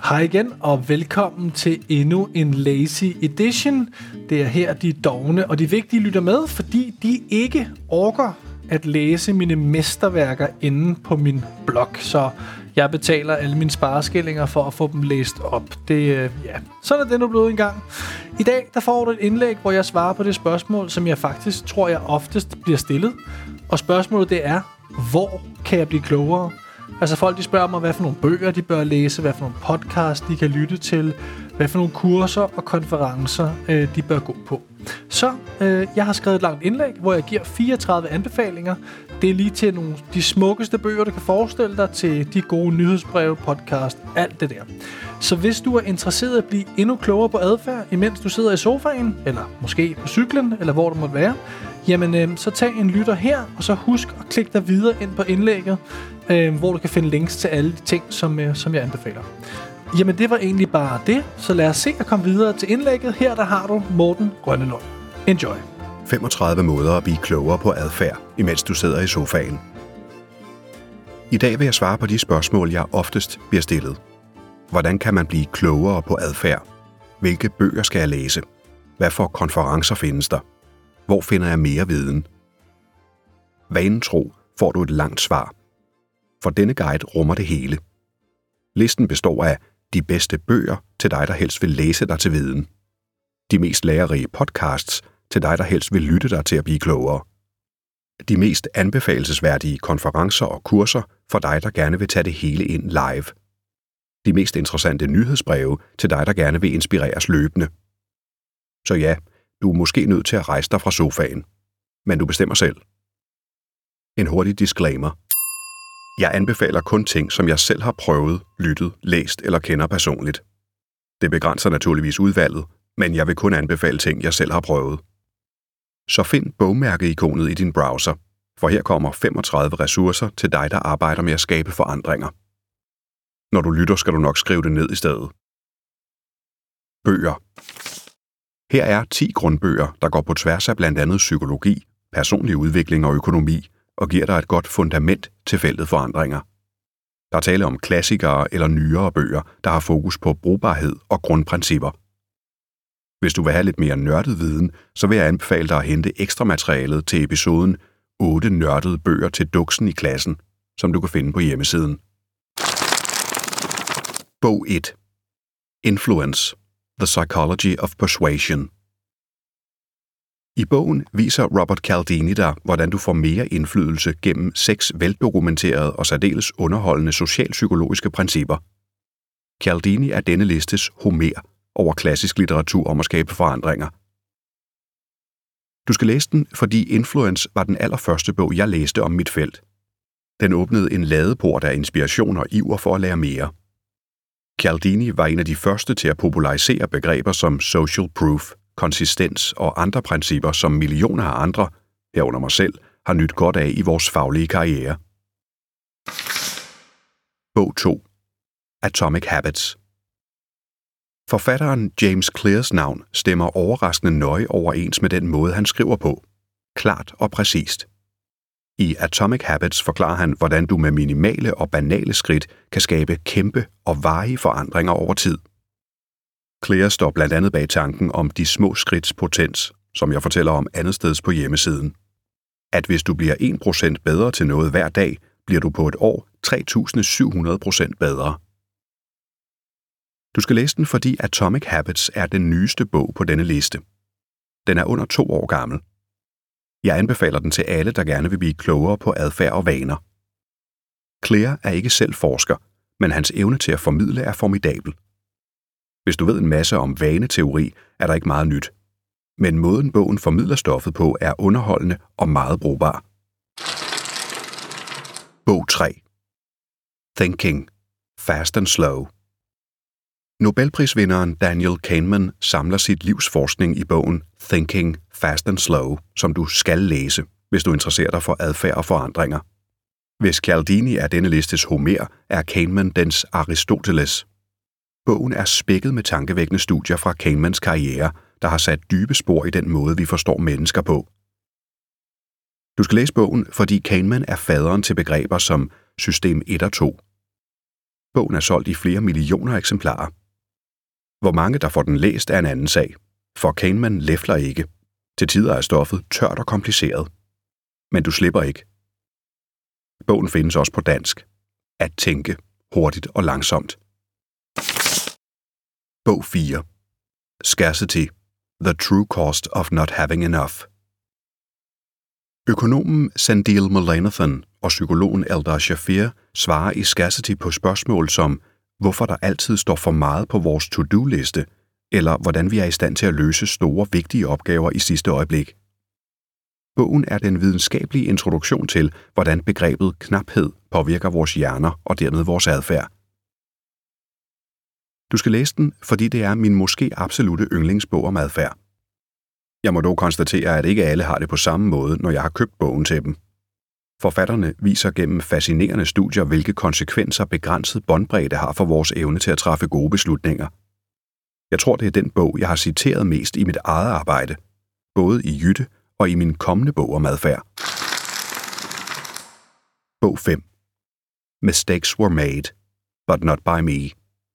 Hej igen, og velkommen til endnu en Lazy Edition. Det er her, de dovne og de vigtige lytter med, fordi de ikke orker at læse mine mesterværker inde på min blog. Så jeg betaler alle mine spareskillinger for at få dem læst op. Sådan er det nu blevet en gang. I dag der får du et indlæg, hvor jeg svarer på det spørgsmål, som jeg faktisk tror, jeg oftest bliver stillet. Og spørgsmålet det er, hvor kan jeg blive klogere? Altså folk de spørger mig, hvad for nogle bøger de bør læse, hvad for nogle podcasts de kan lytte til, hvad for nogle kurser og konferencer de bør gå på. Så jeg har skrevet et langt indlæg, hvor jeg giver 34 anbefalinger. Det er lige til nogle de smukkeste bøger, du kan forestille dig, til de gode nyhedsbreve, podcast, alt det der. Så hvis du er interesseret i at blive endnu klogere på adfærd, imens du sidder i sofaen, eller måske på cyklen, eller hvor du måtte være, jamen så tag en lytter her, og så husk at klikke dig videre ind på indlægget, hvor du kan finde links til alle de ting, som jeg anbefaler. Jamen det var egentlig bare det, så lad os se at komme videre til indlægget. Her der har du Morten Grønnelund. Enjoy. 35 måder at blive klogere på adfærd, imens du sidder i sofaen. I dag vil jeg svare på de spørgsmål, jeg oftest bliver stillet. Hvordan kan man blive klogere på adfærd? Hvilke bøger skal jeg læse? Hvad for konferencer findes der? Hvor finder jeg mere viden? Vanen tro får du et langt svar. For denne guide rummer det hele. Listen består af de bedste bøger til dig, der helst vil læse dig til viden. De mest lærerige podcasts til dig, der helst vil lytte dig til at blive klogere. De mest anbefalelsesværdige konferencer og kurser for dig, der gerne vil tage det hele ind live. De mest interessante nyhedsbreve til dig, der gerne vil inspireres løbende. Så ja, du er måske nødt til at rejse dig fra sofaen. Men du bestemmer selv. En hurtig disclaimer. Jeg anbefaler kun ting, som jeg selv har prøvet, lyttet, læst eller kender personligt. Det begrænser naturligvis udvalget, men jeg vil kun anbefale ting, jeg selv har prøvet. Så find bogmærke-ikonet i din browser, for her kommer 35 ressourcer til dig, der arbejder med at skabe forandringer. Når du lytter, skal du nok skrive det ned i stedet. Bøger. Her er 10 grundbøger, der går på tværs af blandt andet psykologi, personlig udvikling og økonomi, og giver dig et godt fundament til feltet forandringer. Der er tale om klassikere eller nyere bøger, der har fokus på brugbarhed og grundprincipper. Hvis du vil have lidt mere nørdet viden, så vil jeg anbefale dig at hente ekstra materialet til episoden 8 nørdede bøger til duksen i klassen, som du kan finde på hjemmesiden. Bog 1. Influence. The Psychology of Persuasion. I bogen viser Robert Cialdini dig, hvordan du får mere indflydelse gennem 6 veldokumenterede og særdeles underholdende socialpsykologiske principper. Cialdini er denne listes Homer over klassisk litteratur om at skabe forandringer. Du skal læse den, fordi Influence var den allerførste bog, jeg læste om mit felt. Den åbnede en ladeport af inspiration og iver for at lære mere. Cialdini var en af de første til at popularisere begreber som social proof, konsistens og andre principper, som millioner af andre, herunder mig selv, har nydt godt af i vores faglige karriere. Bog 2. Atomic Habits. Forfatteren James Clears navn stemmer overraskende nøje overens med den måde, han skriver på. Klart og præcist. I Atomic Habits forklarer han, hvordan du med minimale og banale skridt kan skabe kæmpe og varige forandringer over tid. Clear står blandt andet bag tanken om de små skridts potens, som jeg fortæller om andetsteds på hjemmesiden. At hvis du bliver 1% bedre til noget hver dag, bliver du på et år 3.700% bedre. Du skal læse den, fordi Atomic Habits er den nyeste bog på denne liste. Den er under 2 år gammel. Jeg anbefaler den til alle, der gerne vil blive klogere på adfærd og vaner. Clear er ikke selv forsker, men hans evne til at formidle er formidabel. Hvis du ved en masse om vaneteori, er der ikke meget nyt. Men måden bogen formidler stoffet på er underholdende og meget brugbar. Bog 3. Thinking. Fast and Slow. Nobelprisvinderen Daniel Kahneman samler sit livs forskning i bogen Thinking. Fast and Slow, som du skal læse, hvis du interesserer dig for adfærd og forandringer. Hvis Cialdini er denne listes Homer, er Kahneman dens Aristoteles. Bogen er spækket med tankevækkende studier fra Kahnemans karriere, der har sat dybe spor i den måde, vi forstår mennesker på. Du skal læse bogen, fordi Kahneman er faderen til begreber som system 1 og 2. Bogen er solgt i flere millioner eksemplarer. Hvor mange, der får den læst, er en anden sag, for Kahneman læfler ikke. Til tider er stoffet tørt og kompliceret. Men du slipper ikke. Bogen findes også på dansk. At tænke, hurtigt og langsomt. Bog 4. Scarcity. The True Cost of Not Having Enough. Økonomen Sandil Mullainathan og psykologen Eldar Shafir svarer i Scarcity på spørgsmål som, hvorfor der altid står for meget på vores to-do-liste, eller hvordan vi er i stand til at løse store, vigtige opgaver i sidste øjeblik. Bogen er den videnskabelige introduktion til, hvordan begrebet knaphed påvirker vores hjerner og dermed vores adfærd. Du skal læse den, fordi det er min måske absolutte yndlingsbog om adfærd. Jeg må dog konstatere, at ikke alle har det på samme måde, når jeg har købt bogen til dem. Forfatterne viser gennem fascinerende studier, hvilke konsekvenser begrænset båndbredde har for vores evne til at træffe gode beslutninger. Jeg tror, det er den bog, jeg har citeret mest i mit eget arbejde, både i Jytte og i min kommende bog om adfærd. Bog 5. Mistakes were made, but not by me.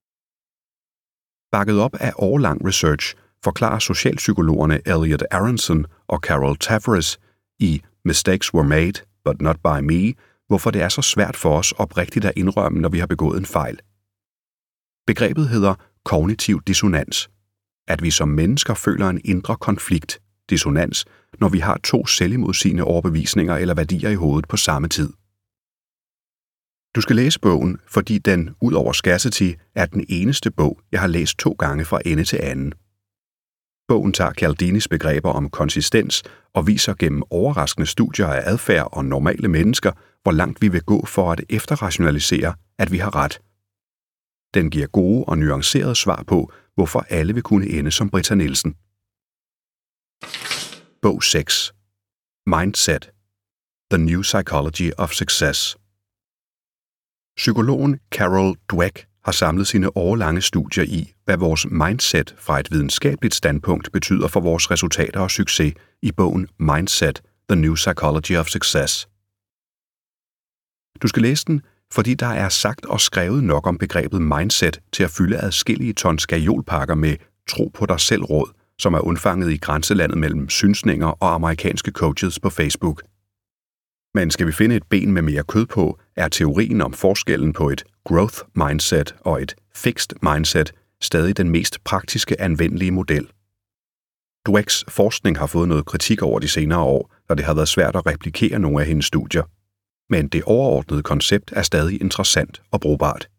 Bakket op af årelang research, forklarer socialpsykologerne Elliot Aronson og Carol Tavris i Mistakes Were Made, But Not By Me, hvorfor det er så svært for os oprigtigt at indrømme, når vi har begået en fejl. Begrebet hedder kognitiv dissonans. At vi som mennesker føler en indre konflikt, dissonans, når vi har to selvimodsigende overbevisninger eller værdier i hovedet på samme tid. Du skal læse bogen, fordi den, ud over Scarcity, er den eneste bog, jeg har læst 2 gange fra ende til anden. Bogen tager Cialdinis begreber om konsistens og viser gennem overraskende studier af adfærd og normale mennesker, hvor langt vi vil gå for at efterrationalisere, at vi har ret. Den giver gode og nuancerede svar på, hvorfor alle vil kunne ende som Britta Nielsen. Bog 6. Mindset. The New Psychology of Success. Psykologen Carol Dweck har samlet sine årelange studier i, hvad vores mindset fra et videnskabeligt standpunkt betyder for vores resultater og succes i bogen Mindset. The New Psychology of Success. Du skal læse den, fordi der er sagt og skrevet nok om begrebet mindset til at fylde adskillige ton skajolpakker med tro på dig selv råd, som er undfanget i grænselandet mellem synsninger og amerikanske coaches på Facebook. Men skal vi finde et ben med mere kød på, er teorien om forskellen på et growth mindset og et fixed mindset stadig den mest praktiske anvendelige model. Dwecks forskning har fået noget kritik over de senere år, da det har været svært at replikere nogle af hendes studier. Men det overordnede koncept er stadig interessant og brugbart.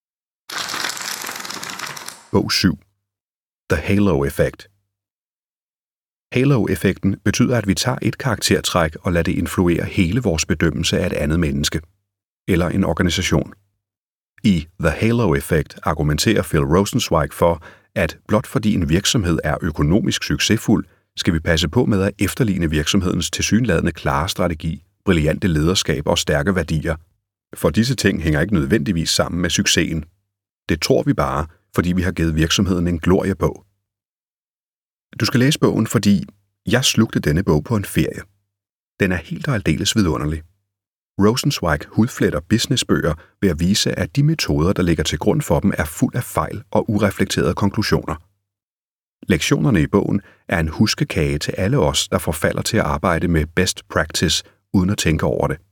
Bog 7. The Halo-effekt. Halo-effekten betyder, at vi tager et karaktertræk og lader det influere hele vores bedømmelse af et andet menneske eller en organisation. I The Halo-effekt argumenterer Phil Rosenzweig for, at blot fordi en virksomhed er økonomisk succesfuld, skal vi passe på med at efterligne virksomhedens tilsyneladende klare strategi, brillante lederskab og stærke værdier. For disse ting hænger ikke nødvendigvis sammen med succesen. Det tror vi bare, fordi vi har givet virksomheden en glorie på. Du skal læse bogen, fordi jeg slugte denne bog på en ferie. Den er helt og aldeles vidunderlig. Rosenzweig hudfletter businessbøger ved at vise, at de metoder, der ligger til grund for dem, er fuld af fejl og ureflekterede konklusioner. Lektionerne i bogen er en huskekage til alle os, der forfalder til at arbejde med best practice uden at tænke over det.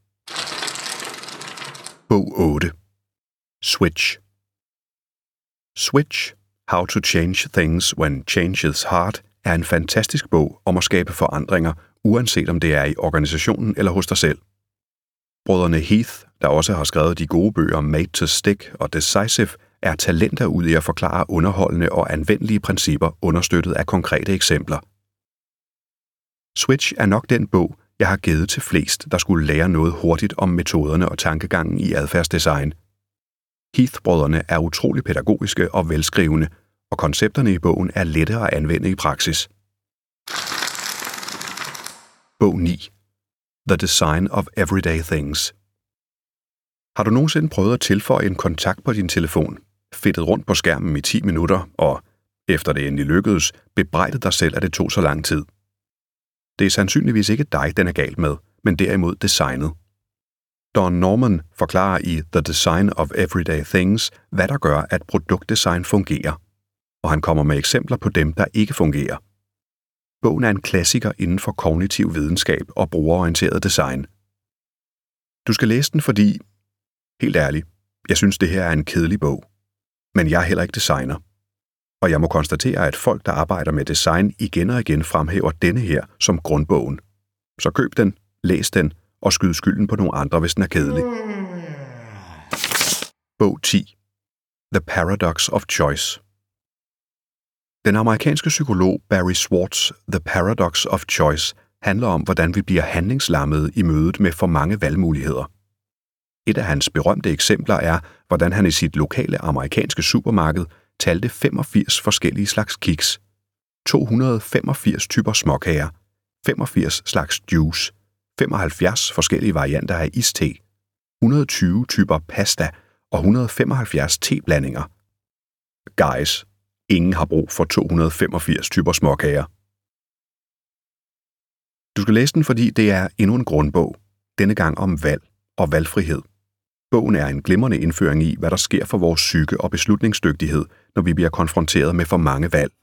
Bog 8. Switch. Switch. How to Change Things When Change is Hard er en fantastisk bog om at skabe forandringer, uanset om det er i organisationen eller hos dig selv. Brødrene Heath, der også har skrevet de gode bøger Made to Stick og Decisive, er talenter ud i at forklare underholdende og anvendelige principper understøttet af konkrete eksempler. Switch er nok den bog, jeg har givet til flest, der skulle lære noget hurtigt om metoderne og tankegangen i adfærdsdesign. Heath-brødrene er utrolig pædagogiske og velskrivende, og koncepterne i bogen er lette at anvende i praksis. Bog 9. The Design of Everyday Things. Har du nogensinde prøvet at tilføje en kontakt på din telefon, fedtet rundt på skærmen i 10 minutter og, efter det endelig lykkedes, bebrejdet dig selv, at det tog så lang tid? Det er sandsynligvis ikke dig, den er galt med, men derimod designet. Don Norman forklarer i The Design of Everyday Things, hvad der gør, at produktdesign fungerer, og han kommer med eksempler på dem, der ikke fungerer. Bogen er en klassiker inden for kognitiv videnskab og brugerorienteret design. Du skal læse den, fordi, helt ærligt, jeg synes, det her er en kedelig bog. Men jeg er heller ikke designer. Og jeg må konstatere, at folk, der arbejder med design, igen og igen fremhæver denne her som grundbogen. Så køb den, læs den og skyd skylden på nogle andre, hvis den er kedelig. Bog 10. The Paradox of Choice. Den amerikanske psykolog Barry Schwartz' The Paradox of Choice handler om, hvordan vi bliver handlingslammede i mødet med for mange valgmuligheder. Et af hans berømte eksempler er, hvordan han i sit lokale amerikanske supermarked talte 85 forskellige slags kiks, 285 typer småkager, 85 slags juice, 75 forskellige varianter af iste, 120 typer pasta og 175 teblandinger. Guys, ingen har brug for 285 typer småkager. Du skal læse den, fordi det er endnu en grundbog, denne gang om valg og valgfrihed. Bogen er en glimrende indføring i, hvad der sker for vores psyke og beslutningsdygtighed, når vi bliver konfronteret med for mange valg.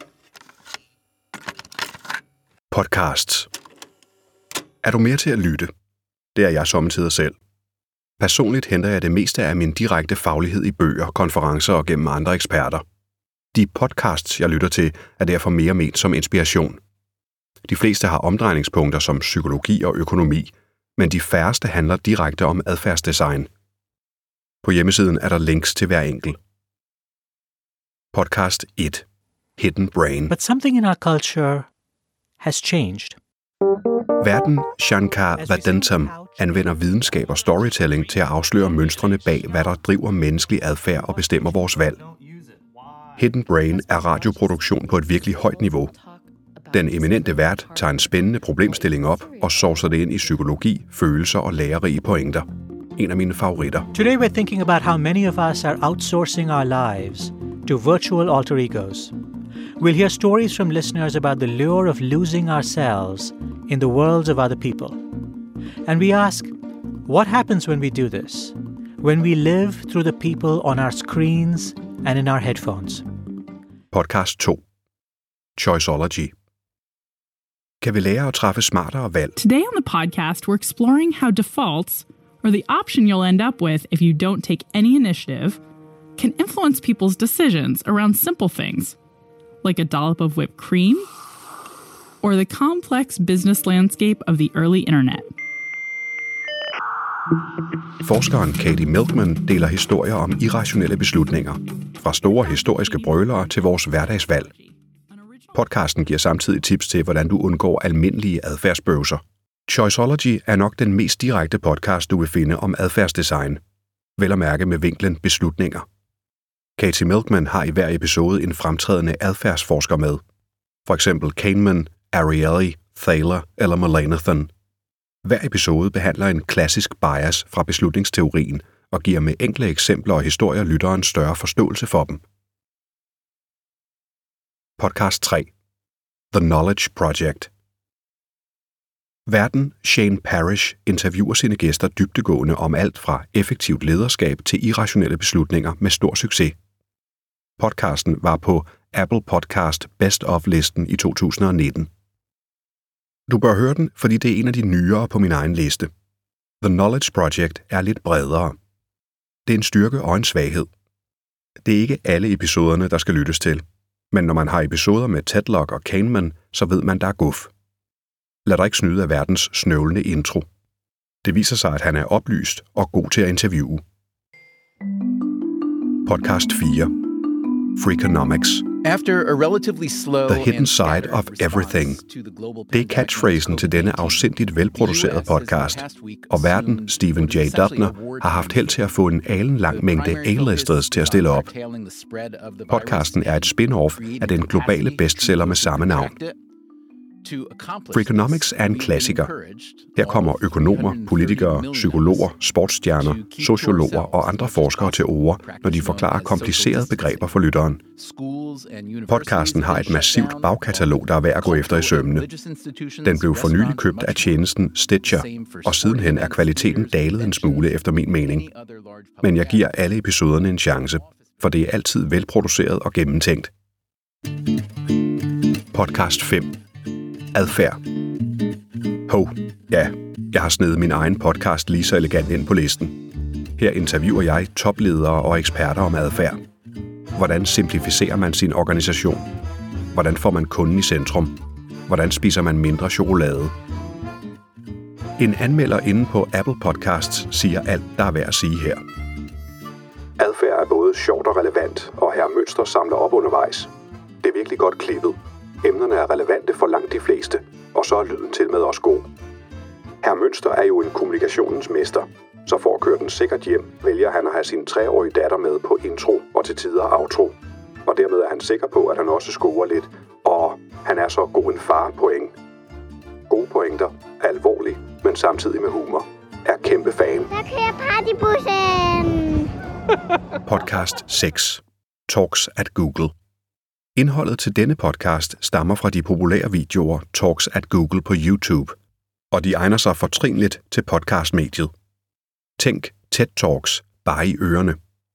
Podcasts. Er du mere til at lytte? Det er jeg sommetider selv. Personligt henter jeg det meste af min direkte faglighed i bøger, konferencer og gennem andre eksperter. De podcasts, jeg lytter til, er derfor mere ment som inspiration. De fleste har omdrejningspunkter som psykologi og økonomi, men de færreste handler direkte om adfærdsdesign. På hjemmesiden er der links til hver enkelt. Podcast 1. Hidden Brain. But something in our culture has changed. Værten Shankar Vedantam anvender videnskab og storytelling til at afsløre mønstrene bag, hvad der driver menneskelig adfærd og bestemmer vores valg. Hidden Brain er radioproduktion på et virkelig højt niveau. Den eminente vært tager en spændende problemstilling op og sovser det ind i psykologi, følelser og lærerige pointer. En af mine favoritter. Today we're thinking about how many of us are outsourcing our lives to virtual alter egos. We'll hear stories from listeners about the lure of losing ourselves in the worlds of other people. And we ask, what happens when we do this? When we live through the people on our screens and in our headphones. Podcast 2. Choiceology. Kan vi lære at træffe smartere valg? Today on the podcast, we're exploring how defaults, or the option you'll end up with if you don't take any initiative, can influence people's decisions around simple things, like a dollop of whipped cream, or the complex business landscape of the early internet. Forskeren Katie Milkman deler historier om irrationelle beslutninger, fra store historiske brølere til vores hverdagsvalg. Podcasten giver samtidig tips til, hvordan du undgår almindelige adfærdsbøvser. Choiceology er nok den mest direkte podcast, du vil finde om adfærdsdesign. Vel at mærke med vinklen beslutninger. Katie Milkman har i hver episode en fremtrædende adfærdsforsker med. For eksempel Kahneman, Ariely, Thaler eller Mullainathan. Hver episode behandler en klassisk bias fra beslutningsteorien og giver med enkle eksempler og historier lytteren større forståelse for dem. Podcast 3. The Knowledge Project. Værten Shane Parrish interviewer sine gæster dybdegående om alt fra effektivt lederskab til irrationelle beslutninger med stor succes. Podcasten var på Apple Podcast Best of-listen i 2019. Du bør høre den, fordi det er en af de nyere på min egen liste. The Knowledge Project er lidt bredere. Det er en styrke og en svaghed. Det er ikke alle episoderne, der skal lyttes til. Men når man har episoder med Tedlock og Kahneman, så ved man, der er guf. Lad dig ikke snyde af verdens snøvlende intro. Det viser sig, at han er oplyst og god til at interviewe. Podcast 4. Freakonomics. After a relatively slow The Hidden Side of Everything. Det er catchphrasen til denne afsindigt velproducerede podcast, og værten Stephen J. Dubner har haft held til at få en alenlang mængde A-listers til at stille op. Podcasten er et spin-off af den globale bestseller med samme navn. Freakonomics er en klassiker. Her kommer økonomer, politikere, psykologer, sportsstjerner, sociologer og andre forskere til ord, når de forklarer komplicerede begreber for lytteren. Podcasten har et massivt bagkatalog, der er værd at gå efter i sømmene. Den blev for nylig købt af tjenesten Stitcher, og sidenhen er kvaliteten dalet en smule efter min mening. Men jeg giver alle episoderne en chance, for det er altid velproduceret og gennemtænkt. Podcast 5. Adfærd. Jeg har snedet min egen podcast lige så elegant ind på listen. Her interviewer jeg topledere og eksperter om adfærd. Hvordan simplificerer man sin organisation? Hvordan får man kunden i centrum? Hvordan spiser man mindre chokolade? En anmelder inde på Apple Podcasts siger alt, der er værd at sige her. Adfærd er både sjovt og relevant, og her mønster samler op undervejs. Det er virkelig godt klippet. Emnerne er relevante for langt de fleste, og så er lyden til med også god. Herr Mønster er jo en kommunikationens mester, så for at køre den sikkert hjem, vælger han at have sin 3-årige datter med på intro og til tider outro. Og dermed er han sikker på, at han også scorer lidt, og han er så god en far-point. Gode pointer, alvorlig, men samtidig med humor. Er kæmpe fan. Der kører partybussen! Podcast 6. Talks at Google. Indholdet til denne podcast stammer fra de populære videoer Talks at Google på YouTube, og de egner sig fortrinligt til podcastmediet. Tænk TED Talks bare i ørerne.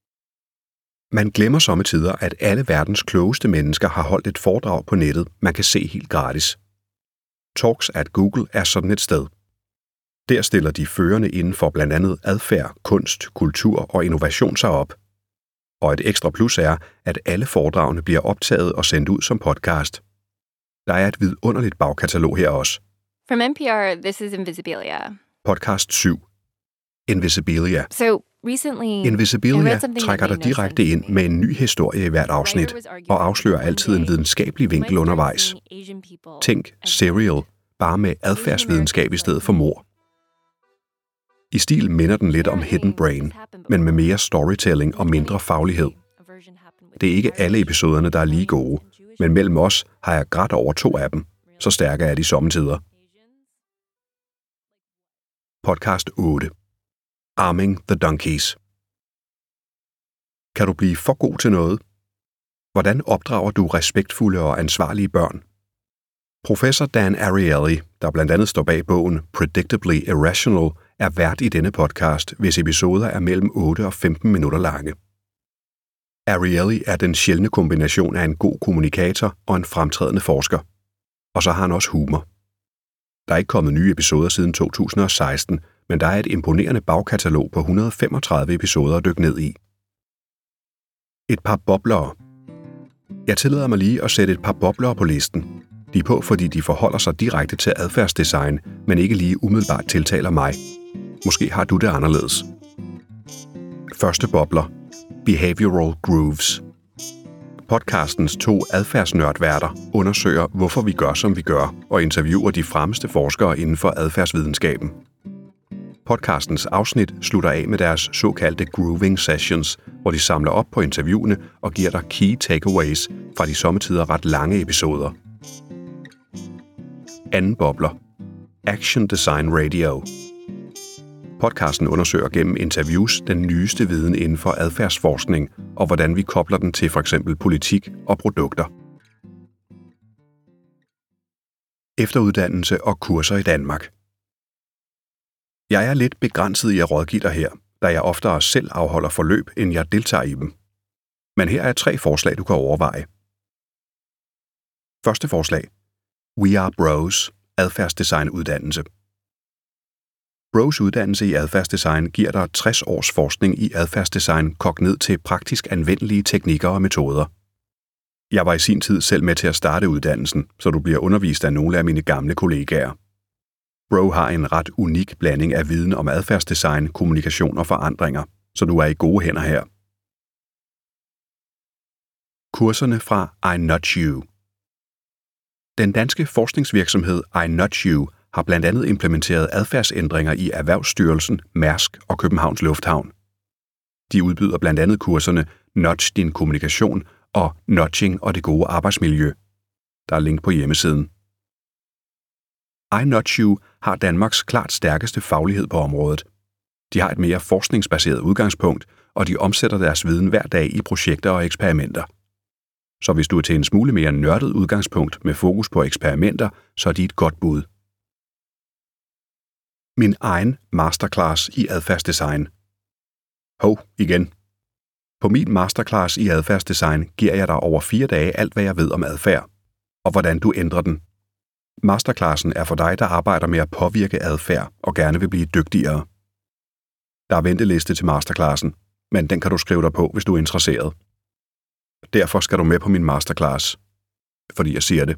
Man glemmer sommetider, at alle verdens klogeste mennesker har holdt et foredrag på nettet, man kan se helt gratis. Talks at Google er sådan et sted. Der stiller de førende inden for blandt andet adfærd, kunst, kultur og innovation sig op. Og et ekstra plus er, at alle foredragene bliver optaget og sendt ud som podcast. Der er et vidunderligt bagkatalog her også. From NPR, this is Invisibilia. Podcast 7. Invisibilia. So recently, Invisibilia trækker dig direkte ind med en ny historie i hvert afsnit, og afslører altid en videnskabelig vinkel undervejs. Tænk Serial, bare med adfærdsvidenskab i stedet for mord. I stil minder den lidt om Hidden Brain, men med mere storytelling og mindre faglighed. Det er ikke alle episoderne, der er lige gode, men mellem os har jeg grædt over 2 af dem, så stærke er de sommetider. Podcast 8. Arming the Donkeys. Kan du blive for god til noget? Hvordan opdrager du respektfulde og ansvarlige børn? Professor Dan Ariely, der blandt andet står bag bogen Predictably Irrational, er vært i denne podcast, hvis episoder er mellem 8 og 15 minutter lange. Ariely er den sjældne kombination af en god kommunikator og en fremtrædende forsker. Og så har han også humor. Der er ikke kommet nye episoder siden 2016, men der er et imponerende bagkatalog på 135 episoder at dykke ned i. Et par boblere. Jeg tillader mig lige at sætte et par boblere på listen. De er på, fordi de forholder sig direkte til adfærdsdesign, men ikke lige umiddelbart tiltaler mig. Måske har du det anderledes. Første bobler. Behavioral Grooves. Podcastens 2 adfærdsnørdværter undersøger, hvorfor vi gør, som vi gør, og interviewer de fremmeste forskere inden for adfærdsvidenskaben. Podcastens afsnit slutter af med deres såkaldte grooving sessions, hvor de samler op på interviewene og giver dig key takeaways fra de sommetider ret lange episoder. Anden bobler. Action Design Radio. Podcasten undersøger gennem interviews den nyeste viden inden for adfærdsforskning og hvordan vi kobler den til f.eks. politik og produkter. Efteruddannelse og kurser i Danmark. Jeg er lidt begrænset i at rådgive dig her, da jeg oftere selv afholder forløb, end jeg deltager i dem. Men her er 3 forslag, du kan overveje. Første forslag. We Are Bros. Adfærdsdesign-uddannelse. Bros uddannelse i adfærdsdesign giver dig 60 års forskning i adfærdsdesign kogt ned til praktisk anvendelige teknikker og metoder. Jeg var i sin tid selv med til at starte uddannelsen, så du bliver undervist af nogle af mine gamle kollegaer. Bro har en ret unik blanding af viden om adfærdsdesign, kommunikation og forandringer, så du er i gode hænder her. Kurserne fra I Nudge You. Den danske forskningsvirksomhed I Nudge You har blandt andet implementeret adfærdsændringer i Erhvervsstyrelsen, Mærsk og Københavns Lufthavn. De udbyder blandt andet kurserne Nudge din kommunikation og Nudging og det gode arbejdsmiljø. Der er link på hjemmesiden. iNudge har Danmarks klart stærkeste faglighed på området. De har et mere forskningsbaseret udgangspunkt, og de omsætter deres viden hver dag i projekter og eksperimenter. Så hvis du er til en smule mere nørdet udgangspunkt med fokus på eksperimenter, så er de et godt bud. Min egen masterclass i adfærdsdesign. Igen. På min masterclass i adfærdsdesign giver jeg dig over 4 dage alt, hvad jeg ved om adfærd, og hvordan du ændrer den. Masterclassen er for dig, der arbejder med at påvirke adfærd og gerne vil blive dygtigere. Der er venteliste til masterclassen, men den kan du skrive dig på, hvis du er interesseret. Derfor skal du med på min masterclass, fordi jeg siger det.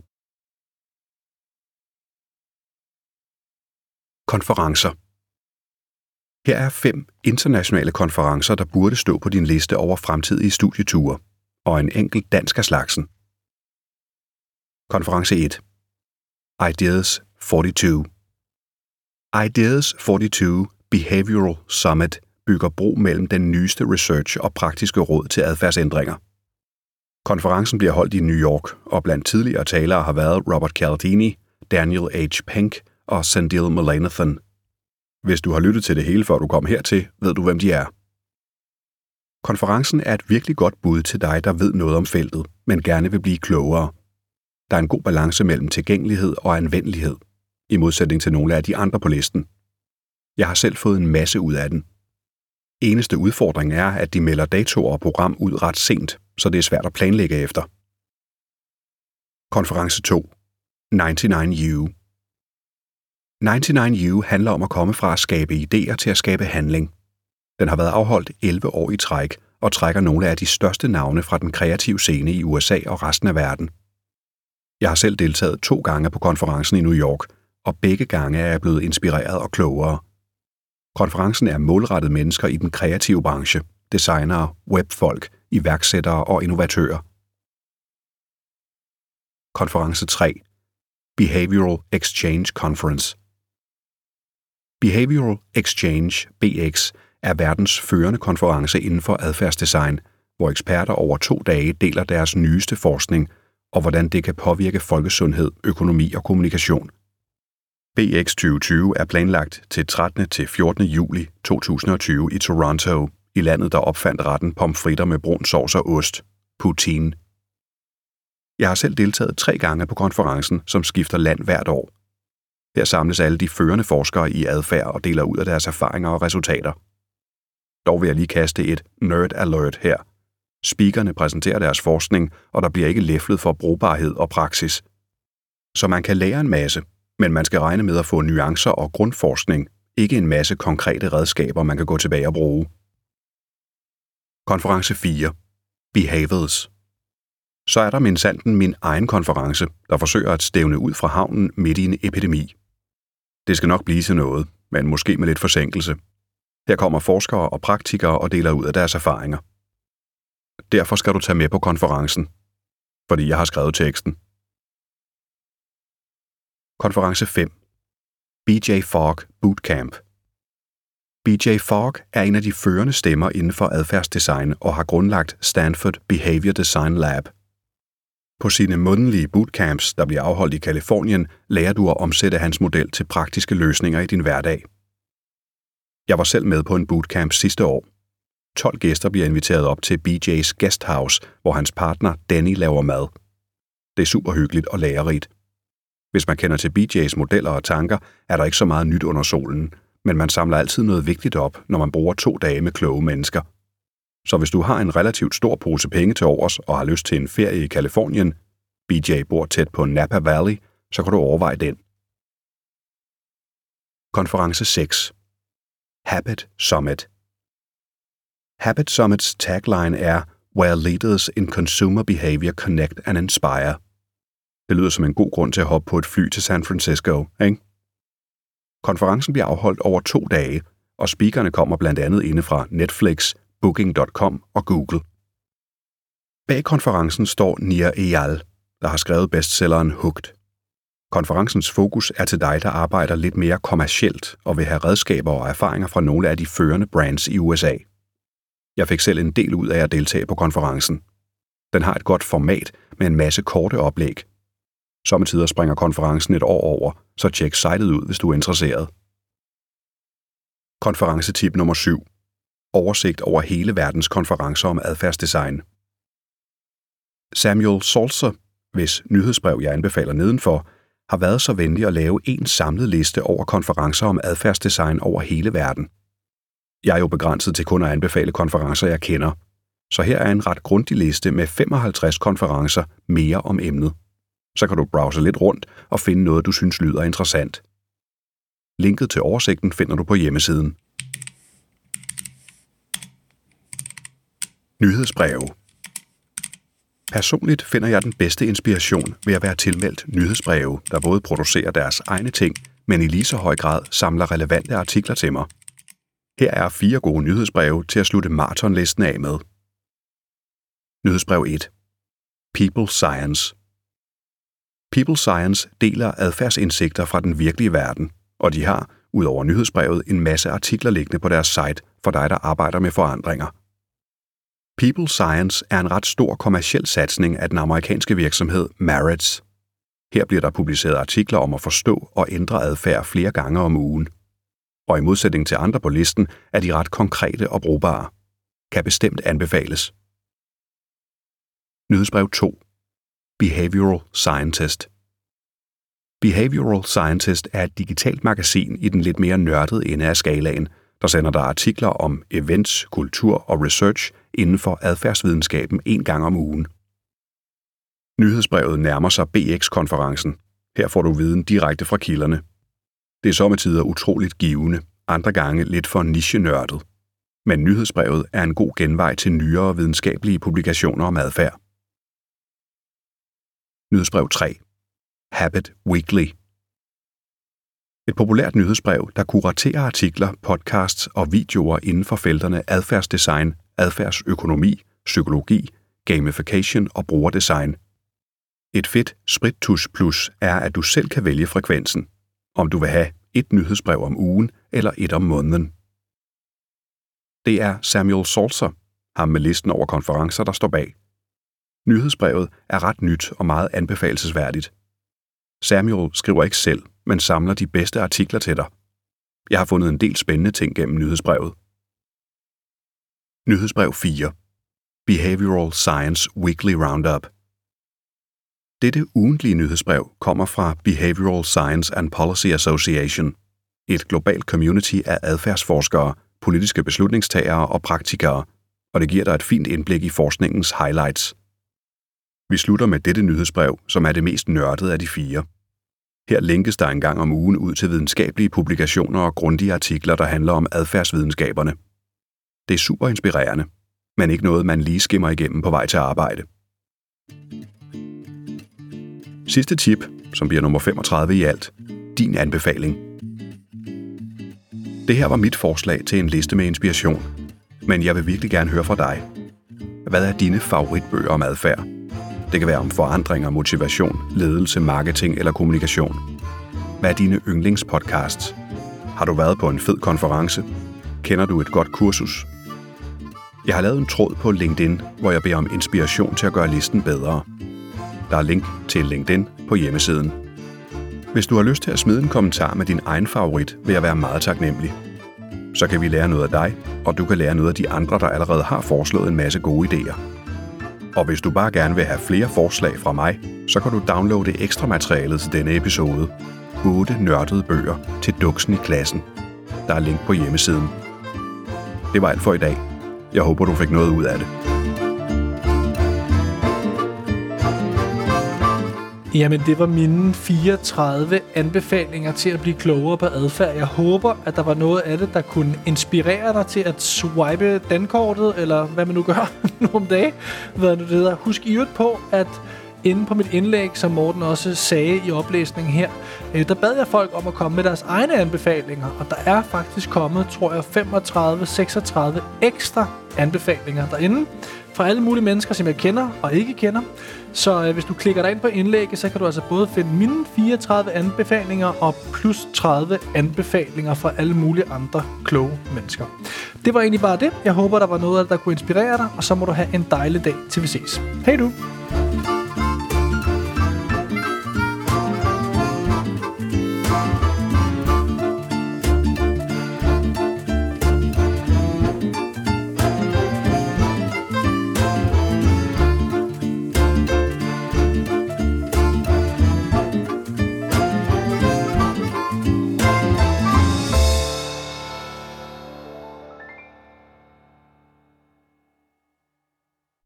Konferencer. Her er 5 internationale konferencer, der burde stå på din liste over fremtidige studieture, og en enkelt dansk af slagsen. Konference 1. Ideas 42. Ideas 42 Behavioral Summit bygger bro mellem den nyeste research og praktiske råd til adfærdsændringer. Konferencen bliver holdt i New York, og blandt tidligere talere har været Robert Cialdini, Daniel H. Pink og Sandil Mullainathan. Hvis du har lyttet til det hele, før du kom hertil, ved du, hvem de er. Konferencen er et virkelig godt bud til dig, der ved noget om feltet, men gerne vil blive klogere. Der er en god balance mellem tilgængelighed og anvendelighed, i modsætning til nogle af de andre på listen. Jeg har selv fået en masse ud af den. Eneste udfordring er, at de melder datoer og program ud ret sent, så det er svært at planlægge efter. Konference 2. 99U. 99U handler om at komme fra at skabe idéer til at skabe handling. Den har været afholdt 11 år i træk og trækker nogle af de største navne fra den kreative scene i USA og resten af verden. Jeg har selv deltaget 2 gange på konferencen i New York, og begge gange er jeg blevet inspireret og klogere. Konferencen er målrettet mennesker i den kreative branche, designere, webfolk, iværksættere og innovatører. Konference 3. Behavioral Exchange Conference. Behavioral Exchange, BX, er verdens førende konference inden for adfærdsdesign, hvor eksperter over 2 dage deler deres nyeste forskning og hvordan det kan påvirke folkesundhed, økonomi og kommunikation. BX 2020 er planlagt til 13. til 14. juli 2020 i Toronto, i landet, der opfandt retten pomfritter med brun sovs og ost, poutine. Jeg har selv deltaget 3 gange på konferencen, som skifter land hvert år. Her samles alle de førende forskere i adfærd og deler ud af deres erfaringer og resultater. Dog vil jeg lige kaste et nerd alert her. Speakerne præsenterer deres forskning, og der bliver ikke læflet for brugbarhed og praksis. Så man kan lære en masse, men man skal regne med at få nuancer og grundforskning, ikke en masse konkrete redskaber, man kan gå tilbage og bruge. Konference 4. Behaviors. Så er der minsandten min egen konference, der forsøger at stævne ud fra havnen midt i en epidemi. Det skal nok blive til noget, men måske med lidt forsinkelse. Her kommer forskere og praktikere og deler ud af deres erfaringer. Derfor skal du tage med på konferencen, fordi jeg har skrevet teksten. Konference 5. BJ Fogg Bootcamp. BJ Fogg er en af de førende stemmer inden for adfærdsdesign og har grundlagt Stanford Behavior Design Lab. På sine månedlige bootcamps, der bliver afholdt i Californien, lærer du at omsætte hans model til praktiske løsninger i din hverdag. Jeg var selv med på en bootcamp sidste år. 12 gæster bliver inviteret op til BJ's guesthouse, hvor hans partner Danny laver mad. Det er super hyggeligt og lærerigt. Hvis man kender til BJ's modeller og tanker, er der ikke så meget nyt under solen, men man samler altid noget vigtigt op, når man bruger 2 dage med kloge mennesker. Så hvis du har en relativt stor pose penge til overs og har lyst til en ferie i Californien, BJ bor tæt på Napa Valley, så kan du overveje den. Konference 6. Habit Summit. Habit Summits tagline er Where leaders in consumer behavior connect and inspire. Det lyder som en god grund til at hoppe på et fly til San Francisco, ikke? Konferencen bliver afholdt over 2 dage, og speakerne kommer blandt andet inde fra Netflix, Booking.com og Google. Bag konferencen står Nir Eyal, der har skrevet bestselleren Hooked. Konferencens fokus er til dig, der arbejder lidt mere kommercielt og vil have redskaber og erfaringer fra nogle af de førende brands i USA. Jeg fik selv en del ud af at deltage på konferencen. Den har et godt format med en masse korte oplæg. Sommetider springer konferencen et år over, så tjek sitet ud, hvis du er interesseret. Konferencetip nummer 7. Oversigt over hele verdens konferencer om adfærdsdesign. Samuel Saltzer, hvis nyhedsbrev jeg anbefaler nedenfor, har været så venlig at lave en samlet liste over konferencer om adfærdsdesign over hele verden. Jeg er jo begrænset til kun at anbefale konferencer, jeg kender, så her er en ret grundig liste med 55 konferencer mere om emnet. Så kan du browse lidt rundt og finde noget, du synes lyder interessant. Linket til oversigten finder du på hjemmesiden. Nyhedsbreve. Personligt finder jeg den bedste inspiration ved at være tilmeldt nyhedsbreve, der både producerer deres egne ting, men i lige så høj grad samler relevante artikler til mig. Her er 4 gode nyhedsbreve til at slutte maratonlisten af med. Nyhedsbrev 1. People Science. People Science deler adfærdsindsigter fra den virkelige verden, og de har, ud over nyhedsbrevet, en masse artikler liggende på deres site for dig, der arbejder med forandringer. People Science er en ret stor kommerciel satsning af den amerikanske virksomhed Maritz. Her bliver der publiceret artikler om at forstå og ændre adfærd flere gange om ugen. Og i modsætning til andre på listen er de ret konkrete og brugbare. Kan bestemt anbefales. Nyhedsbrev 2. Behavioral Scientist. Behavioral Scientist er et digitalt magasin i den lidt mere nørdede ende af skalaen, der sender dig artikler om events, kultur og research inden for adfærdsvidenskaben 1 gang om ugen. Nyhedsbrevet nærmer sig BX-konferencen. Her får du viden direkte fra kilderne. Det er sommetider utroligt givende, andre gange lidt for niche-nørdet. Men nyhedsbrevet er en god genvej til nyere videnskabelige publikationer om adfærd. Nyhedsbrev 3. Habit Weekly. Et populært nyhedsbrev, der kuraterer artikler, podcasts og videoer inden for felterne adfærdsdesign, adfærdsøkonomi, psykologi, gamification og brugerdesign. Et fedt sprittusch plus er, at du selv kan vælge frekvensen, om du vil have 1 nyhedsbrev om ugen eller 1 om måneden. Det er Samuel Saltzer, ham med listen over konferencer, der står bag. Nyhedsbrevet er ret nyt og meget anbefalelsesværdigt. Samuel skriver ikke selv, men samler de bedste artikler til dig. Jeg har fundet en del spændende ting gennem nyhedsbrevet. Nyhedsbrev 4. Behavioral Science Weekly Roundup. Dette ugentlige nyhedsbrev kommer fra Behavioral Science and Policy Association, et globalt community af adfærdsforskere, politiske beslutningstagere og praktikere, og det giver dig et fint indblik i forskningens highlights. Vi slutter med dette nyhedsbrev, som er det mest nørdede af de 4. Her linkes der en gang om ugen ud til videnskabelige publikationer og grundige artikler, der handler om adfærdsvidenskaberne. Det er super inspirerende, men ikke noget, man lige skimmer igennem på vej til arbejde. Sidste tip, som bliver nummer 35 i alt. Din anbefaling. Det her var mit forslag til en liste med inspiration, men jeg vil virkelig gerne høre fra dig. Hvad er dine favoritbøger om adfærd? Det kan være om forandringer, motivation, ledelse, marketing eller kommunikation. Hvad er dine yndlingspodcasts? Har du været på en fed konference? Kender du et godt kursus? Jeg har lavet en tråd på LinkedIn, hvor jeg beder om inspiration til at gøre listen bedre. Der er link til LinkedIn på hjemmesiden. Hvis du har lyst til at smide en kommentar med din egen favorit, vil jeg være meget taknemmelig. Så kan vi lære noget af dig, og du kan lære noget af de andre, der allerede har foreslået en masse gode idéer. Og hvis du bare gerne vil have flere forslag fra mig, så kan du downloade ekstra materialet til denne episode. 8 nørdede bøger til duksen i klassen. Der er link på hjemmesiden. Det var alt for i dag. Jeg håber, du fik noget ud af det. Jamen, det var mine 34 anbefalinger til at blive klogere på adfærd. Jeg håber, at der var noget af det, der kunne inspirere dig til at swipe dankortet, eller hvad man nu gør nu om dagen. Hvad nu det hedder. Husk i øvrigt på, at inde på mit indlæg, som Morten også sagde i oplæsningen her, der bad jeg folk om at komme med deres egne anbefalinger, og der er faktisk kommet, tror jeg, 35-36 ekstra anbefalinger derinde, fra alle mulige mennesker, som jeg kender og ikke kender. Så hvis du klikker dig ind på indlægget, så kan du altså både finde mine 34 anbefalinger og plus 30 anbefalinger fra alle mulige andre kloge mennesker. Det var egentlig bare det. Jeg håber, der var noget af det, der kunne inspirere dig, og så må du have en dejlig dag, til vi ses. Hej du!